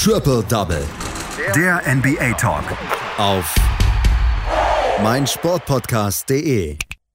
Triple Double. Der NBA Talk. Auf meinsportpodcast.de.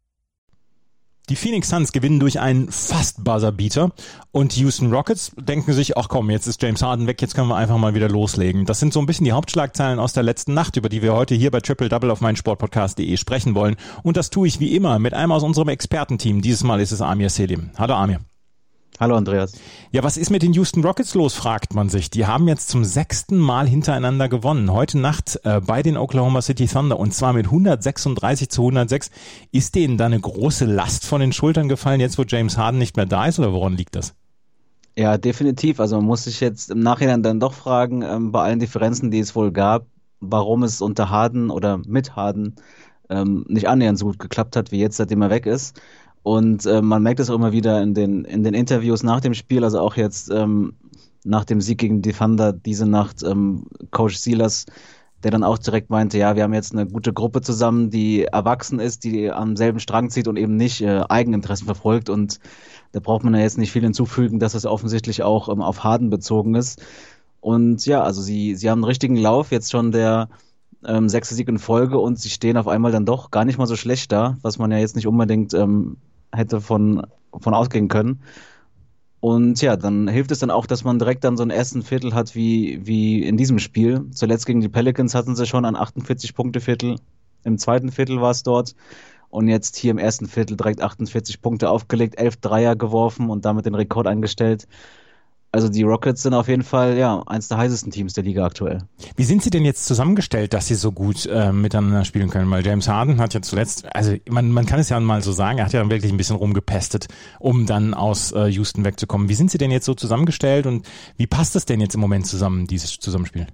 Die Phoenix Suns gewinnen durch einen fast Buzzerbeater und die Houston Rockets denken sich, ach komm, jetzt ist James Harden weg, jetzt können wir einfach mal wieder loslegen. Das sind so ein bisschen die Hauptschlagzeilen aus der letzten Nacht, über die wir heute hier bei Triple Double auf meinsportpodcast.de sprechen wollen. Und das tue ich wie immer mit einem aus unserem Expertenteam. Dieses Mal ist es Amir Selim. Hallo Amir. Hallo Andreas. Ja, was ist mit den Houston Rockets los, fragt man sich. Die haben jetzt zum 6. Mal hintereinander gewonnen. Heute Nacht bei den Oklahoma City Thunder und zwar mit 136-106. Ist denen da eine große Last von den Schultern gefallen, jetzt wo James Harden nicht mehr da ist, oder woran liegt das? Ja, definitiv. Also man muss sich jetzt im Nachhinein dann doch fragen, bei allen Differenzen, die es wohl gab, warum es unter Harden oder mit Harden nicht annähernd so gut geklappt hat, wie jetzt, seitdem er weg ist. Und man merkt es auch immer wieder in den Interviews nach dem Spiel, also auch jetzt nach dem Sieg gegen die Thunder diese Nacht, Coach Silas, der dann auch direkt meinte, ja, wir haben jetzt eine gute Gruppe zusammen, die erwachsen ist, die am selben Strang zieht und eben nicht Eigeninteressen verfolgt. Und da braucht man ja jetzt nicht viel hinzufügen, dass das offensichtlich auch auf Harden bezogen ist. Und ja, also sie haben einen richtigen Lauf, jetzt schon der 6. Sieg in Folge und sie stehen auf einmal dann doch gar nicht mal so schlecht da, was man ja jetzt nicht unbedingt hätte von ausgehen können. Und ja, dann hilft es dann auch, dass man direkt dann so ein ersten Viertel hat wie in diesem Spiel. Zuletzt gegen die Pelicans hatten sie schon ein 48-Punkte-Viertel. Im zweiten Viertel war es dort. Und jetzt hier im ersten Viertel direkt 48 Punkte aufgelegt, 11 Dreier geworfen und damit den Rekord eingestellt. Also die Rockets sind auf jeden Fall eins der heißesten Teams der Liga aktuell. Wie sind sie denn jetzt zusammengestellt, dass sie so gut miteinander spielen können? Weil James Harden hat ja zuletzt, also man kann es ja mal so sagen, er hat ja wirklich ein bisschen rumgepestet, um dann aus Houston wegzukommen. Wie sind sie denn jetzt so zusammengestellt und wie passt das denn jetzt im Moment zusammen, dieses Zusammenspiel?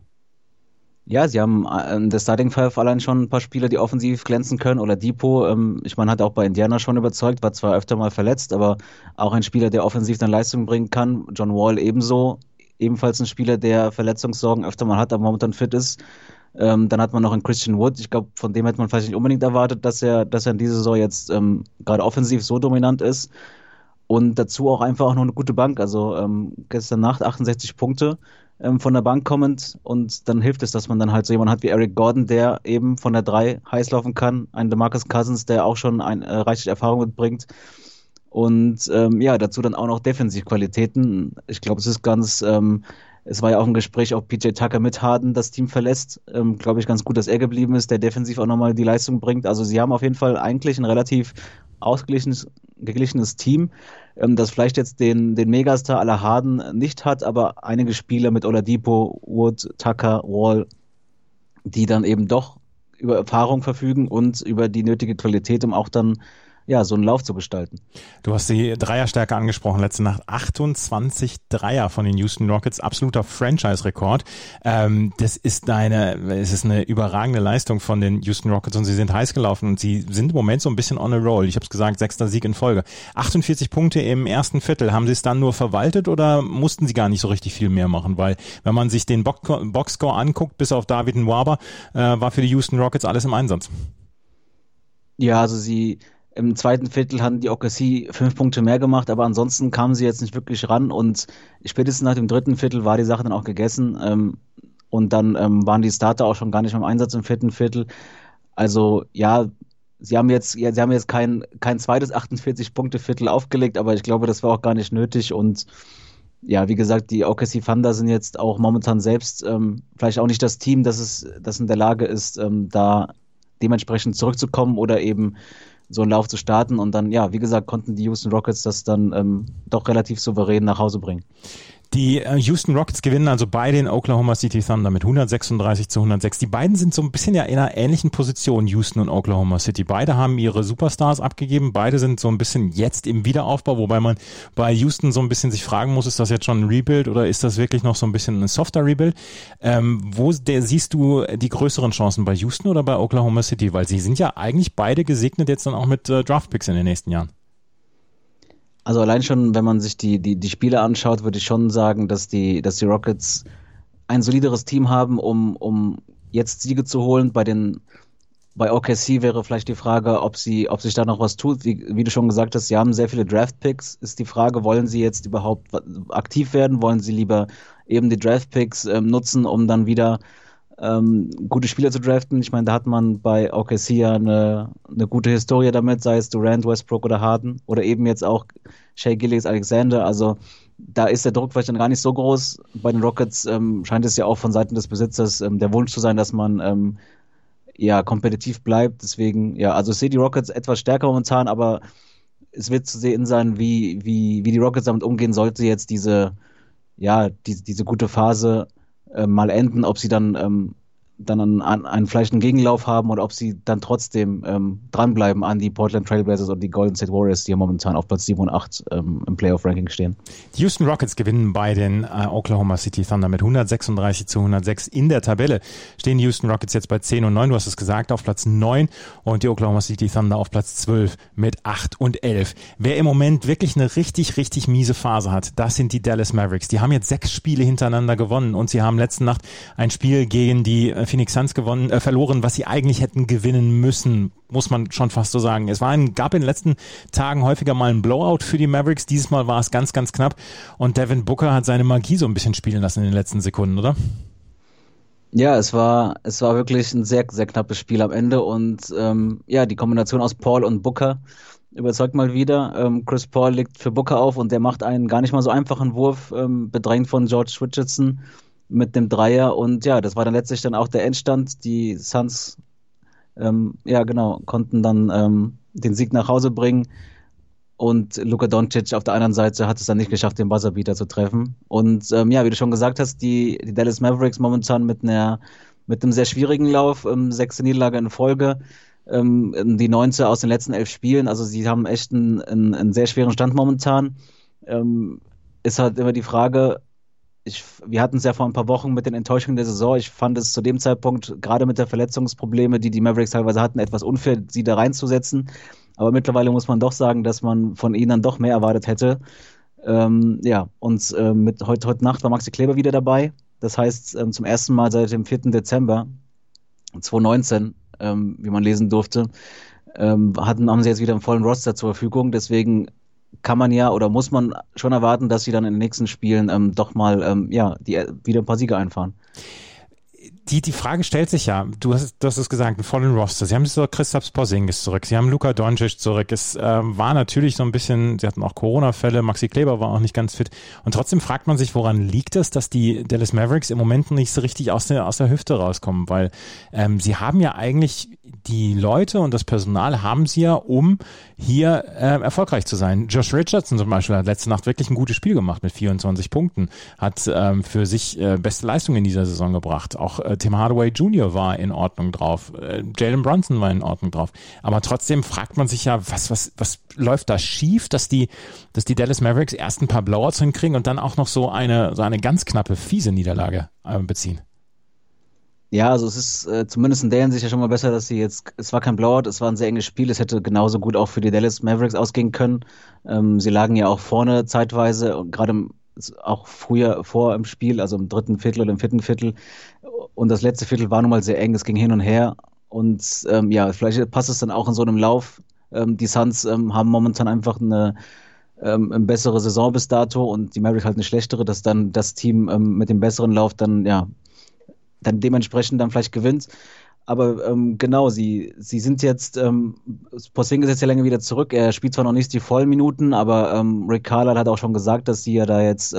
Ja, sie haben in der Starting Five allein schon ein paar Spieler, die offensiv glänzen können. Oder Depot, ich meine, hat auch bei Indiana schon überzeugt, war zwar öfter mal verletzt, aber auch ein Spieler, der offensiv dann Leistung bringen kann. John Wall ebenfalls ein Spieler, der Verletzungssorgen öfter mal hat, aber momentan fit ist. Dann hat man noch einen Christian Wood. Ich glaube, von dem hätte man vielleicht nicht unbedingt erwartet, dass er in dieser Saison jetzt gerade offensiv so dominant ist. Und dazu auch einfach auch noch eine gute Bank. Also gestern Nacht 68 Punkte von der Bank kommend. Und dann hilft es, dass man dann halt so jemanden hat wie Eric Gordon, der eben von der 3 heiß laufen kann. Ein DeMarcus Cousins, der auch schon reichlich Erfahrung mitbringt. Und dazu dann auch noch Defensivqualitäten. Ich glaube, es ist es war ja auch ein Gespräch, ob PJ Tucker mit Harden das Team verlässt. Glaube ich ganz gut, dass er geblieben ist, der defensiv auch nochmal die Leistung bringt. Also sie haben auf jeden Fall eigentlich ein relativ geglichenes Team, das vielleicht jetzt den Megastar aller Harden nicht hat, aber einige Spieler mit Oladipo, Wood, Tucker, Wall, die dann eben doch über Erfahrung verfügen und über die nötige Qualität, um auch dann so einen Lauf zu gestalten. Du hast die Dreierstärke angesprochen, letzte Nacht 28 Dreier von den Houston Rockets, absoluter Franchise-Rekord. Es ist eine überragende Leistung von den Houston Rockets und sie sind heiß gelaufen und sie sind im Moment so ein bisschen on a roll. Ich habe es gesagt, 6. Sieg in Folge. 48 Punkte im ersten Viertel. Haben sie es dann nur verwaltet oder mussten sie gar nicht so richtig viel mehr machen? Weil wenn man sich den Boxscore anguckt, bis auf David Nwaba, war für die Houston Rockets alles im Einsatz. Ja, also im zweiten Viertel hatten die OKC 5 Punkte mehr gemacht, aber ansonsten kamen sie jetzt nicht wirklich ran und spätestens nach dem dritten Viertel war die Sache dann auch gegessen und dann waren die Starter auch schon gar nicht mehr im Einsatz im vierten Viertel. Also sie haben jetzt kein zweites 48-Punkte-Viertel aufgelegt, aber ich glaube, das war auch gar nicht nötig und wie gesagt, die OKC Thunder sind jetzt auch momentan selbst vielleicht auch nicht das Team, das in der Lage ist, da dementsprechend zurückzukommen oder eben so einen Lauf zu starten und dann, wie gesagt, konnten die Houston Rockets das dann doch relativ souverän nach Hause bringen. Die Houston Rockets gewinnen also bei den Oklahoma City Thunder mit 136-106. Die beiden sind so ein bisschen in einer ähnlichen Position, Houston und Oklahoma City. Beide haben ihre Superstars abgegeben. Beide sind so ein bisschen jetzt im Wiederaufbau, wobei man bei Houston so ein bisschen sich fragen muss, ist das jetzt schon ein Rebuild oder ist das wirklich noch so ein bisschen ein softer Rebuild? Siehst du die größeren Chancen bei Houston oder bei Oklahoma City? Weil sie sind ja eigentlich beide gesegnet jetzt dann auch mit Draftpicks in den nächsten Jahren. Also allein schon, wenn man sich die Spiele anschaut, würde ich schon sagen, dass die Rockets ein solideres Team haben, um jetzt Siege zu holen. Bei den Bei OKC wäre vielleicht die Frage, ob sich da noch was tut. Wie du schon gesagt hast, sie haben sehr viele Draft-Picks. Ist die Frage, wollen sie jetzt überhaupt aktiv werden? Wollen sie lieber eben die Draft-Picks nutzen, um dann wieder gute Spieler zu draften? Ich meine, da hat man bei OKC ja eine gute Historie damit, sei es Durant, Westbrook oder Harden oder eben jetzt auch Shai Gilgeous-Alexander. Also da ist der Druck vielleicht dann gar nicht so groß. Bei den Rockets scheint es ja auch von Seiten des Besitzers der Wunsch zu sein, dass man kompetitiv bleibt. Deswegen, ja, also ich sehe die Rockets etwas stärker momentan, aber es wird zu sehen sein, wie die Rockets damit umgehen, sollte jetzt diese gute Phase mal enden, ob sie dann vielleicht einen Gegenlauf haben oder ob sie dann trotzdem dranbleiben an die Portland Trailblazers und die Golden State Warriors, die ja momentan auf Platz 7 und 8 im Playoff-Ranking stehen. Die Houston Rockets gewinnen bei den Oklahoma City Thunder mit 136-106 in der Tabelle. Stehen die Houston Rockets jetzt bei 10 und 9, du hast es gesagt, auf Platz 9 und die Oklahoma City Thunder auf Platz 12 mit 8 und 11. Wer im Moment wirklich eine richtig, richtig miese Phase hat, das sind die Dallas Mavericks. Die haben jetzt 6 Spiele hintereinander gewonnen und sie haben letzte Nacht ein Spiel gegen die Phoenix Suns verloren, was sie eigentlich hätten gewinnen müssen, muss man schon fast so sagen. Gab in den letzten Tagen häufiger mal einen Blowout für die Mavericks. Dieses Mal war es ganz, ganz knapp und Devin Booker hat seine Magie so ein bisschen spielen lassen in den letzten Sekunden, oder? Ja, es war wirklich ein sehr, sehr knappes Spiel am Ende und die Kombination aus Paul und Booker überzeugt mal wieder. Chris Paul legt für Booker auf und der macht einen gar nicht mal so einfachen Wurf, bedrängt von George Richardson mit dem Dreier und ja, das war dann letztlich dann auch der Endstand. Die Suns konnten dann den Sieg nach Hause bringen und Luka Doncic auf der anderen Seite hat es dann nicht geschafft, den Buzzerbeater zu treffen. Und wie du schon gesagt hast, die Dallas Mavericks momentan mit einem sehr schwierigen Lauf, 6. Niederlage in Folge, die 9. aus den letzten 11 Spielen, also sie haben echt einen sehr schweren Stand momentan. Ist halt immer die Frage, wir hatten es ja vor ein paar Wochen mit den Enttäuschungen der Saison. Ich fand es zu dem Zeitpunkt, gerade mit der Verletzungsprobleme, die Mavericks teilweise hatten, etwas unfair, sie da reinzusetzen. Aber mittlerweile muss man doch sagen, dass man von ihnen dann doch mehr erwartet hätte. Mit heute Nacht war Maxi Kleber wieder dabei. Das heißt, zum ersten Mal seit dem 4. Dezember 2019, wie man lesen durfte, haben sie jetzt wieder einen vollen Roster zur Verfügung. Deswegen kann man ja oder muss man schon erwarten, dass sie dann in den nächsten Spielen doch mal wieder ein paar Siege einfahren. Die Frage stellt sich ja, du hast es gesagt, einen vollen Roster. Sie haben so Kristaps Porzingis zurück, sie haben Luka Doncic zurück. Es war natürlich so ein bisschen, sie hatten auch Corona-Fälle, Maxi Kleber war auch nicht ganz fit. Und trotzdem fragt man sich, woran liegt es, dass die Dallas Mavericks im Moment nicht so richtig aus der Hüfte rauskommen? Weil sie haben ja eigentlich die Leute und das Personal haben sie ja, um hier erfolgreich zu sein. Josh Richardson zum Beispiel hat letzte Nacht wirklich ein gutes Spiel gemacht mit 24 Punkten, hat für sich beste Leistung in dieser Saison gebracht. Auch Tim Hardaway Jr. war in Ordnung drauf, Jalen Brunson war in Ordnung drauf. Aber trotzdem fragt man sich ja, was läuft da schief, dass die Dallas Mavericks erst ein paar Blowouts hinkriegen und dann auch noch so eine ganz knappe, fiese Niederlage beziehen. Ja, also es ist zumindest in der Hinsicht ja schon mal besser, dass es war kein Blowout, es war ein sehr enges Spiel, es hätte genauso gut auch für die Dallas Mavericks ausgehen können. Sie lagen ja auch vorne zeitweise und gerade auch früher vor im Spiel, also im 3. Viertel oder im 4. Viertel. Und das letzte Viertel war nun mal sehr eng, es ging hin und her. Und vielleicht passt es dann auch in so einem Lauf. Die Suns haben momentan einfach eine bessere Saison bis dato und die Mavericks halt eine schlechtere, dass dann das Team mit dem besseren Lauf dann dementsprechend dann vielleicht gewinnt. Aber genau, sie sind jetzt, Porzingis ist jetzt ja länger wieder zurück. Er spielt zwar noch nicht die vollen Minuten, aber Rick Carlisle hat auch schon gesagt, dass sie ja da jetzt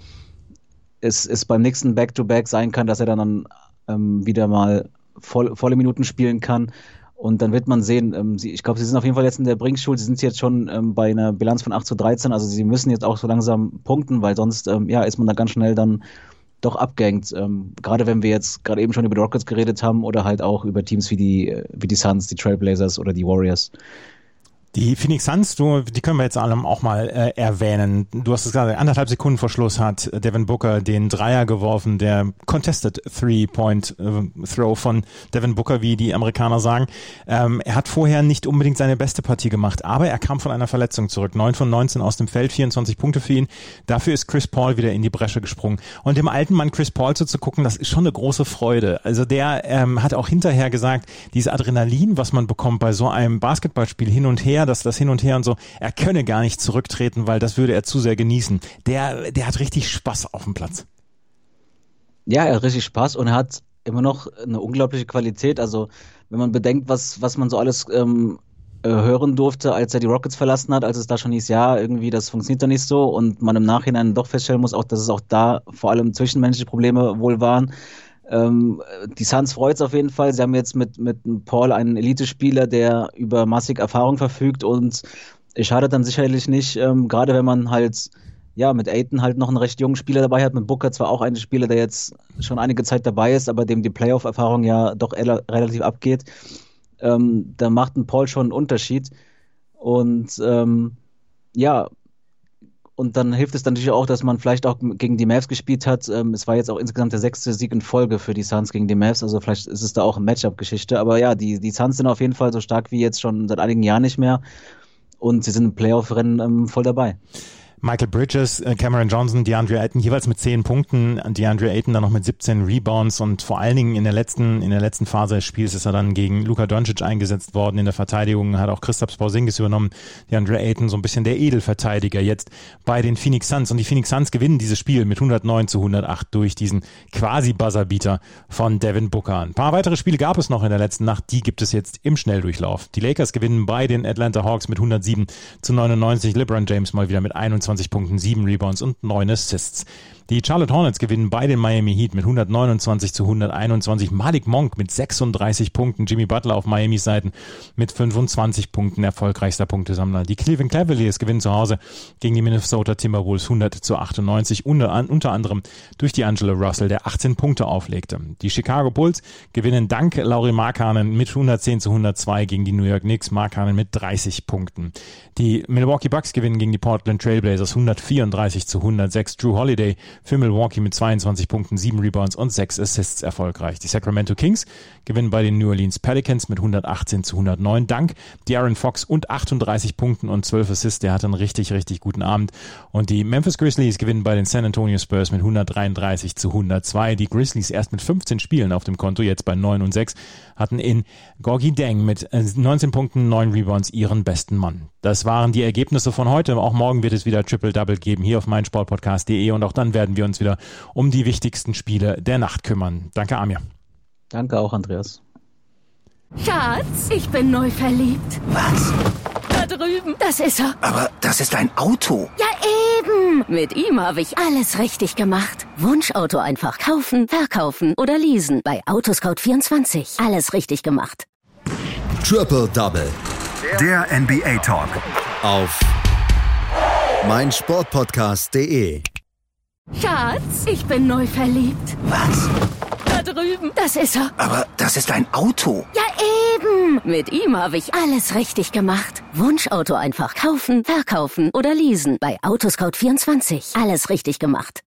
es beim nächsten Back-to-Back sein kann, dass er dann wieder mal volle Minuten spielen kann. Und dann wird man sehen, ich glaube, sie sind auf jeden Fall jetzt in der Bringschule, sie sind jetzt schon bei einer Bilanz von 8-13, also sie müssen jetzt auch so langsam punkten, weil sonst ist man da ganz schnell dann doch abgehängt. Gerade wenn wir jetzt gerade eben schon über die Rockets geredet haben oder halt auch über Teams wie die Suns, die Trailblazers oder die Warriors. Die Phoenix Suns, die können wir jetzt alle auch mal erwähnen. Du hast es gesagt, 1,5 Sekunden vor Schluss hat Devin Booker den Dreier geworfen, der Contested Three-Point-Throw von Devin Booker, wie die Amerikaner sagen. Er hat vorher nicht unbedingt seine beste Partie gemacht, aber er kam von einer Verletzung zurück. 9 von 19 aus dem Feld, 24 Punkte für ihn. Dafür ist Chris Paul wieder in die Bresche gesprungen. Und dem alten Mann Chris Paul zuzugucken, das ist schon eine große Freude. Also der hat auch hinterher gesagt, dieses Adrenalin, was man bekommt bei so einem Basketballspiel hin und her, das Hin und Her und so, er könne gar nicht zurücktreten, weil das würde er zu sehr genießen. Der hat richtig Spaß auf dem Platz. Ja, er hat richtig Spaß und er hat immer noch eine unglaubliche Qualität. Also wenn man bedenkt, was man so alles hören durfte, als er die Rockets verlassen hat, als es da schon hieß, ja, irgendwie das funktioniert doch nicht so und man im Nachhinein doch feststellen muss, auch dass es auch da vor allem zwischenmenschliche Probleme wohl waren. Die Suns freut es auf jeden Fall. Sie haben jetzt mit Paul einen Elite-Spieler, der über massig Erfahrung verfügt und es schadet dann sicherlich nicht, gerade wenn man halt mit Ayton halt noch einen recht jungen Spieler dabei hat, mit Booker zwar auch einen Spieler, der jetzt schon einige Zeit dabei ist, aber dem die Playoff-Erfahrung ja doch relativ abgeht, da macht ein Paul schon einen Unterschied und und dann hilft es dann natürlich auch, dass man vielleicht auch gegen die Mavs gespielt hat. Es war jetzt auch insgesamt der 6. Sieg in Folge für die Suns gegen die Mavs. Also vielleicht ist es da auch eine Matchup-Geschichte. Aber ja, die Suns sind auf jeden Fall so stark wie jetzt schon seit einigen Jahren nicht mehr. Und sie sind im Playoff-Rennen voll dabei. Michael Bridges, Cameron Johnson, DeAndre Ayton jeweils mit 10 Punkten, DeAndre Ayton dann noch mit 17 Rebounds und vor allen Dingen in der letzten Phase des Spiels ist er dann gegen Luka Doncic eingesetzt worden. In der Verteidigung hat auch Kristaps Porzingis übernommen. DeAndre Ayton so ein bisschen der Edelverteidiger jetzt bei den Phoenix Suns und die Phoenix Suns gewinnen dieses Spiel mit 109-108 durch diesen quasi Buzzerbeater von Devin Booker. Ein paar weitere Spiele gab es noch in der letzten Nacht, die gibt es jetzt im Schnelldurchlauf. Die Lakers gewinnen bei den Atlanta Hawks mit 107-99. LeBron James mal wieder mit 21 Punkten, 7 Rebounds und 9 Assists. Die Charlotte Hornets gewinnen bei den Miami Heat mit 129-121. Malik Monk mit 36 Punkten. Jimmy Butler auf Miamis Seiten mit 25 Punkten, erfolgreichster Punktesammler. Die Cleveland Cavaliers gewinnen zu Hause gegen die Minnesota Timberwolves 100-98, unter anderem durch D'Angelo Russell, der 18 Punkte auflegte. Die Chicago Bulls gewinnen dank Lauri Markkanen mit 110-102 gegen die New York Knicks. Markkanen mit 30 Punkten. Die Milwaukee Bucks gewinnen gegen die Portland Trailblazers 134-106. Drew Holiday für Milwaukee mit 22 Punkten, 7 Rebounds und 6 Assists erfolgreich. Die Sacramento Kings gewinnen bei den New Orleans Pelicans mit 118-109 dank De'Aaron Fox und 38 Punkten und 12 Assists. Der hatte einen richtig, richtig guten Abend. Und die Memphis Grizzlies gewinnen bei den San Antonio Spurs mit 133-102. Die Grizzlies erst mit 15 Spielen auf dem Konto, jetzt bei 9-6, hatten in Gorgui Dieng mit 19 Punkten, 9 Rebounds ihren besten Mann. Das waren die Ergebnisse von heute. Auch morgen wird es wieder Triple-Double geben hier auf meinsportpodcast.de und auch dann werden wir uns wieder um die wichtigsten Spiele der Nacht kümmern. Danke, Amir. Danke auch, Andreas. Schatz, ich bin neu verliebt. Was? Da drüben. Das ist er. Aber das ist ein Auto. Ja, eben. Mit ihm habe ich alles richtig gemacht. Wunschauto einfach kaufen, verkaufen oder leasen. Bei Autoscout24. Alles richtig gemacht. Triple Double. Der NBA Talk. Auf meinsportpodcast.de. Schatz, ich bin neu verliebt. Was? Da drüben. Das ist er. Aber das ist ein Auto. Ja, eben. Mit ihm habe ich alles richtig gemacht. Wunschauto einfach kaufen, verkaufen oder leasen. Bei Autoscout24. Alles richtig gemacht.